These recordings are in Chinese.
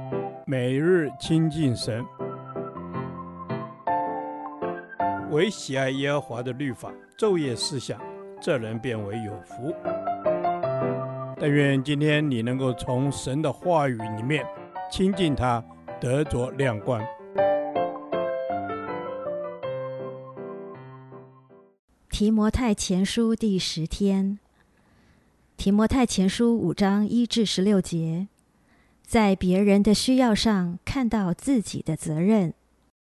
每日亲近神，唯喜爱耶和华的律法，昼夜思想，这人变为有福。但愿今天你能够从神的话语里面亲近他，得着亮光。 提摩太前书第10天，提摩太前书5章1至16节，在别人的需要上看到自己的责任。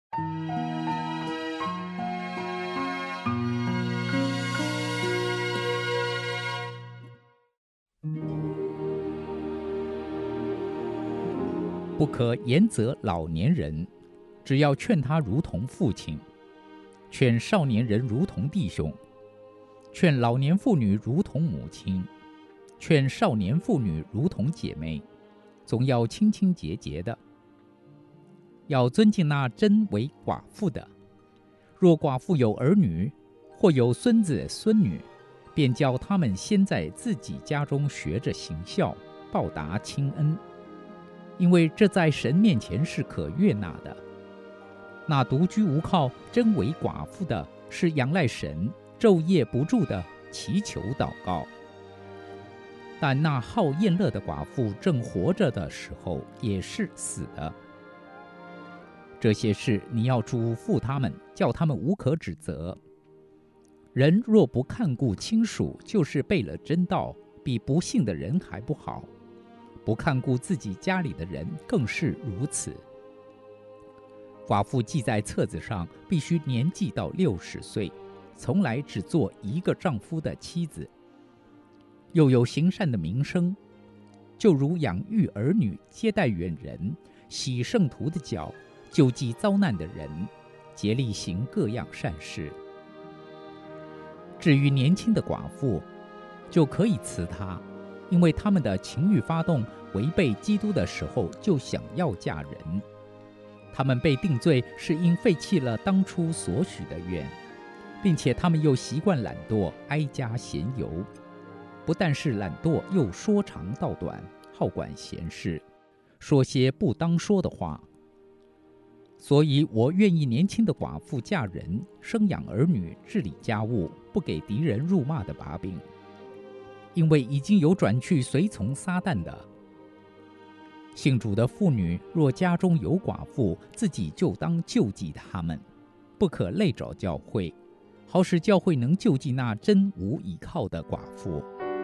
不可严责老年人，只要劝他如同父亲，劝少年人如同弟兄，劝老年妇女如同母亲，劝少年妇女如同姐妹，总要清清洁洁的。要尊敬那真为寡妇的，若寡妇有儿女，或有孙子孙女，便叫他们先在自己家中学着行孝，报答亲恩，因为这在神面前是可悦纳的。那独居无靠、真为寡妇的，是仰赖神，昼夜不住的祈求祷告。但那好宴乐的寡妇正活着的时候，也是死的。这些事你要嘱咐他们，叫他们无可指责。人若不看顾亲属，就是背了真道，比不信的人还不好。不看顾自己家里的人，更是如此。寡妇记在册子上，必须年纪到60岁，从来只做一个丈夫的妻子，又有行善的名声，就如养育儿女、接待远人、洗圣徒的脚、救济遭难的人，竭力行各样善事。至于年轻的寡妇，就可以辞她，因为他们的情欲发动，违背基督的时候就想要嫁人。他们被定罪，是因废弃了当初所许的愿，并且他们又习惯懒惰，哀家闲游。不但是懒惰，又说长道短，好管闲事，说些不当说的话。所以我愿意年轻的寡妇嫁人，生养儿女，治理家务，不给敌人辱骂的把柄，因为已经有转去随从撒旦的。信主的妇女若家中有寡妇，自己就当救济他们，不可累着教会，好使教会能救济那真无倚靠的寡妇。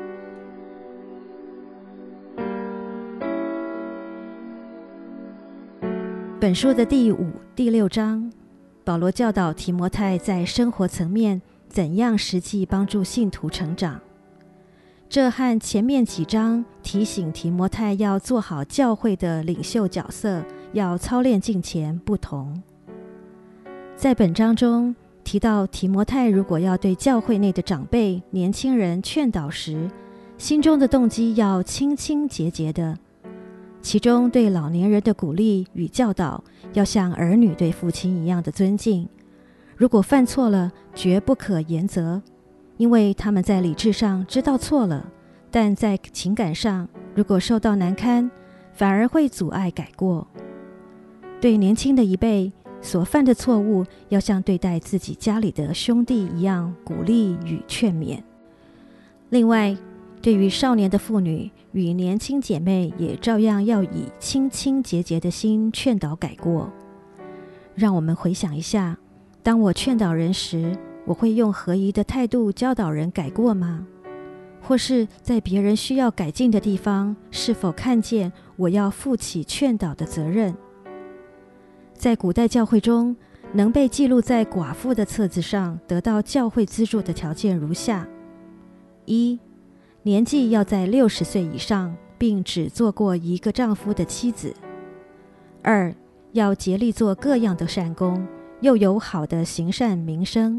本书的第5、第6章，保罗教导提摩太在生活层面怎样实际帮助信徒成长。这和前面几章提醒提摩太要做好教会的领袖角色，要操练敬虔不同。在本章中提到，提摩太如果要对教会内的长辈、年轻人劝导时，心中的动机要清清洁洁的。其中对老年人的鼓励与教导，要像儿女对父亲一样的尊敬。如果犯错了，绝不可严责，因为他们在理智上知道错了，但在情感上如果受到难堪，反而会阻碍改过。对年轻的一辈所犯的错误，要像对待自己家里的兄弟一样鼓励与劝勉。另外，对于少年的妇女与年轻姐妹，也照样要以清清洁洁的心劝导改过。让我们回想一下，当我劝导人时，我会用合宜的态度教导人改过吗？或是在别人需要改进的地方，是否看见我要负起劝导的责任？在古代教会中，能被记录在寡妇的册子上得到教会资助的条件如下： 1. 年纪要在60岁以上，并只做过一个丈夫的妻子。 2. 要竭力做各样的善功，又有好的行善名声。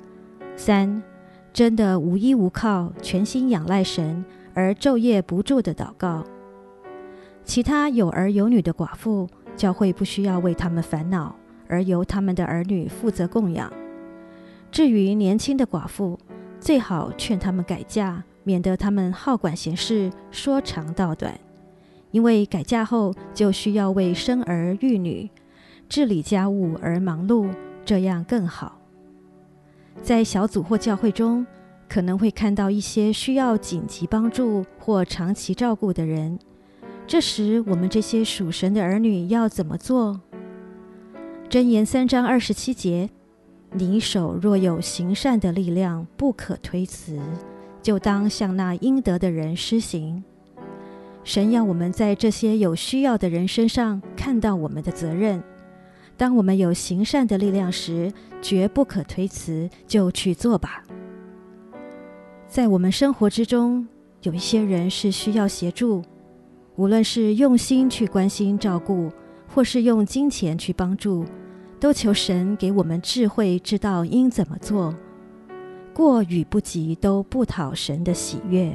3. 真的无依无靠，全心仰赖神，而昼夜不住的祷告。其他有儿有女的寡妇，教会不需要为他们烦恼，而由他们的儿女负责供养。至于年轻的寡妇，最好劝他们改嫁，免得他们好管闲事，说长道短。 因为改嫁后就需要为生儿育女、治理家务而忙碌，这样更好。在小组或教会中，可能会看到一些需要紧急帮助或长期照顾的人，这时我们这些属神的儿女要怎么做？箴言3章27节，你手若有行善的力量，不可推辞，就当向那应得的人施行。神要我们在这些有需要的人身上看到我们的责任，当我们有行善的力量时，绝不可推辞，就去做吧。在我们生活之中，有一些人是需要协助，无论是用心去关心照顾，或是用金钱去帮助，都求神给我们智慧，知道应怎么做。过与不及都不讨神的喜悦。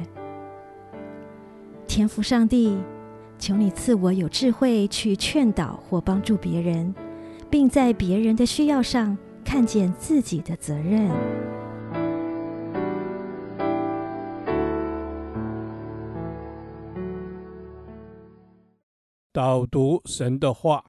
天父上帝，求你赐我有智慧去劝导或帮助别人，并在别人的需要上看见自己的责任。 导读神的话。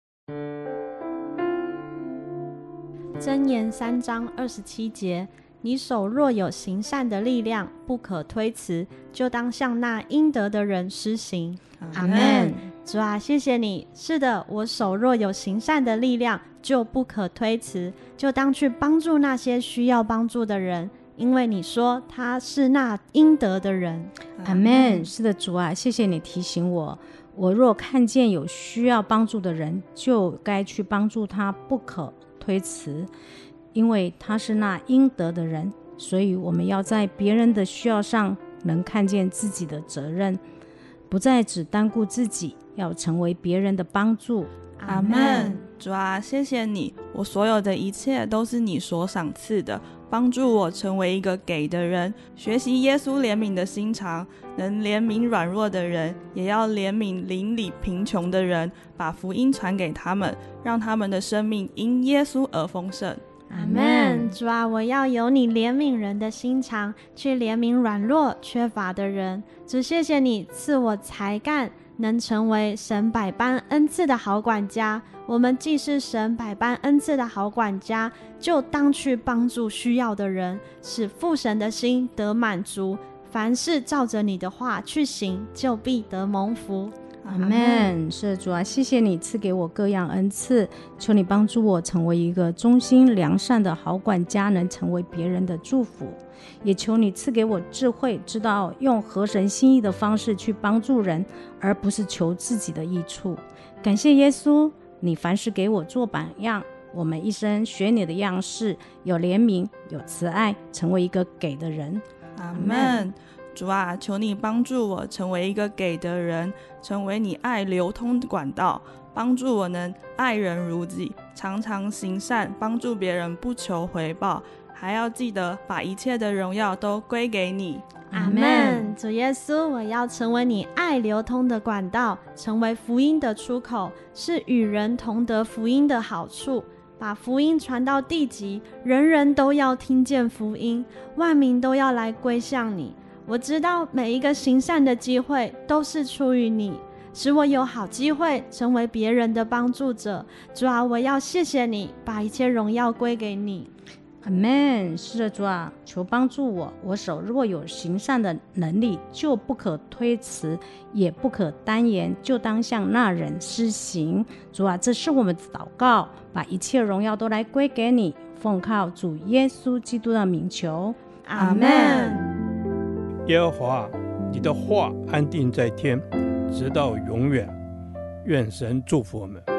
箴言3章27节，你手若有行善的力量，不可推辞，就当向那应得的人施行。 阿们。 主啊，谢谢你。是的，我手若有行善的力量，就不可推辞，就当去帮助那些需要帮助的人，因为你说他是那应得的人。 阿们。是的，主啊，谢谢你提醒我，我若看见有需要帮助的人，就该去帮助他，不可推辞，因为他是那应得的人。所以我们要在别人的需要上能看见自己的责任，不再只单顾自己，要成为别人的帮助。 阿们。主啊，谢谢你，我所有的一切都是你所赏赐的，帮助我成为一个给的人，学习耶稣怜悯的心肠，能怜悯软弱的人，也要怜悯邻里贫穷的人，把福音传给他们，让他们的生命因耶稣而丰盛。 阿们。主啊，我要有你怜悯人的心肠，去怜悯软弱缺乏的人。主，谢谢你赐我才干，能成为神百般恩赐的好管家。我们既是神百般恩赐的好管家，就当去帮助需要的人，使父神的心得满足。凡事照着你的话去行，就必得蒙福。 阿们。是主啊，谢谢你赐给我各样恩赐，求你帮助我成为一个忠心良善的好管家，能成为别人的祝福。也求你赐给我智慧，知道用合神心意的方式去帮助人，而不是求自己的益处。感谢耶稣，你凡事给我做榜样，我们一生学你的样式，有怜悯，有慈爱，成为一个给的人。 阿们。主啊，求你帮助我成为一个给的人，成为你爱流通的管道，帮助我能爱人如己，常常行善，帮助别人不求回报，还要记得把一切的荣耀都归给你。 阿们。主耶稣，我要成为你爱流通的管道，成为福音的出口，是与人同得福音的好处，把福音传到地极，人人都要听见福音，万民都要来归向你。我知道每一个行善的机会都是出于你，使我有好机会成为别人的帮助者。主啊，我要谢谢你，把一切荣耀归给你。 阿们。是的，主啊，求帮助我，我手若有行善的能力，就不可推辞，也不可单言，就当向那人施行。主啊，这是我们的祷告，把一切荣耀都来归给你，奉靠主耶稣基督的名求。 阿们。 耶和华，你的话安定在天，直到永远。愿神祝福我们。